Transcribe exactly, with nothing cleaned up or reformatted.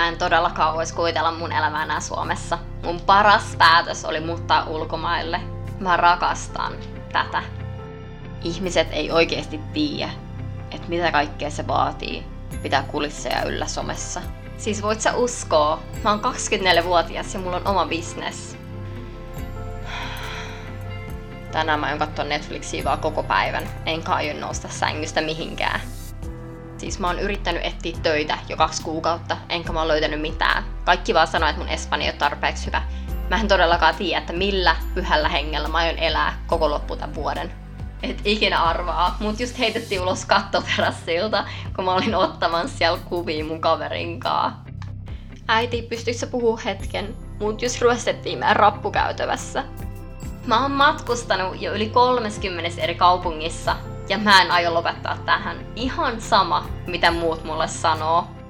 Mä en todellakaan voisi kuvitella mun elämää enää Suomessa. Mun paras päätös oli muuttaa ulkomaille. Mä rakastan tätä. Ihmiset ei oikeesti tiedä, että mitä kaikkea se vaatii pitää kulisseja yllä somessa. Siis voit sä uskoa, mä oon kaksikymmentäneljävuotias ja mulla on oma business. Tänään mä aion katsoa Netflixiä vaan koko päivän, enkä aio nousta sängystä mihinkään. Siis mä oon yrittänyt etsiä töitä jo kaksi kuukautta, enkä mä oon löytänyt mitään. Kaikki vaan sanoo, että mun espanja ei ole tarpeeksi hyvä. Mä en todellakaan tiedä, että millä pyhällä hengellä mä aion elää koko loppu tämän vuoden. Et ikinä arvaa, mut just heitettiin ulos kattoterassilta, kun mä olin ottamassa siellä kuvia mun kaverinkaa. Äiti, pystyykö sä puhua hetken? Mut just ryöstettiin meidän rappukäytävässä. Mä oon matkustanut jo yli kolmekymmentä eri kaupungissa, ja mä en aio lopettaa tähän. Ihan sama, mitä muut mulle sanoo.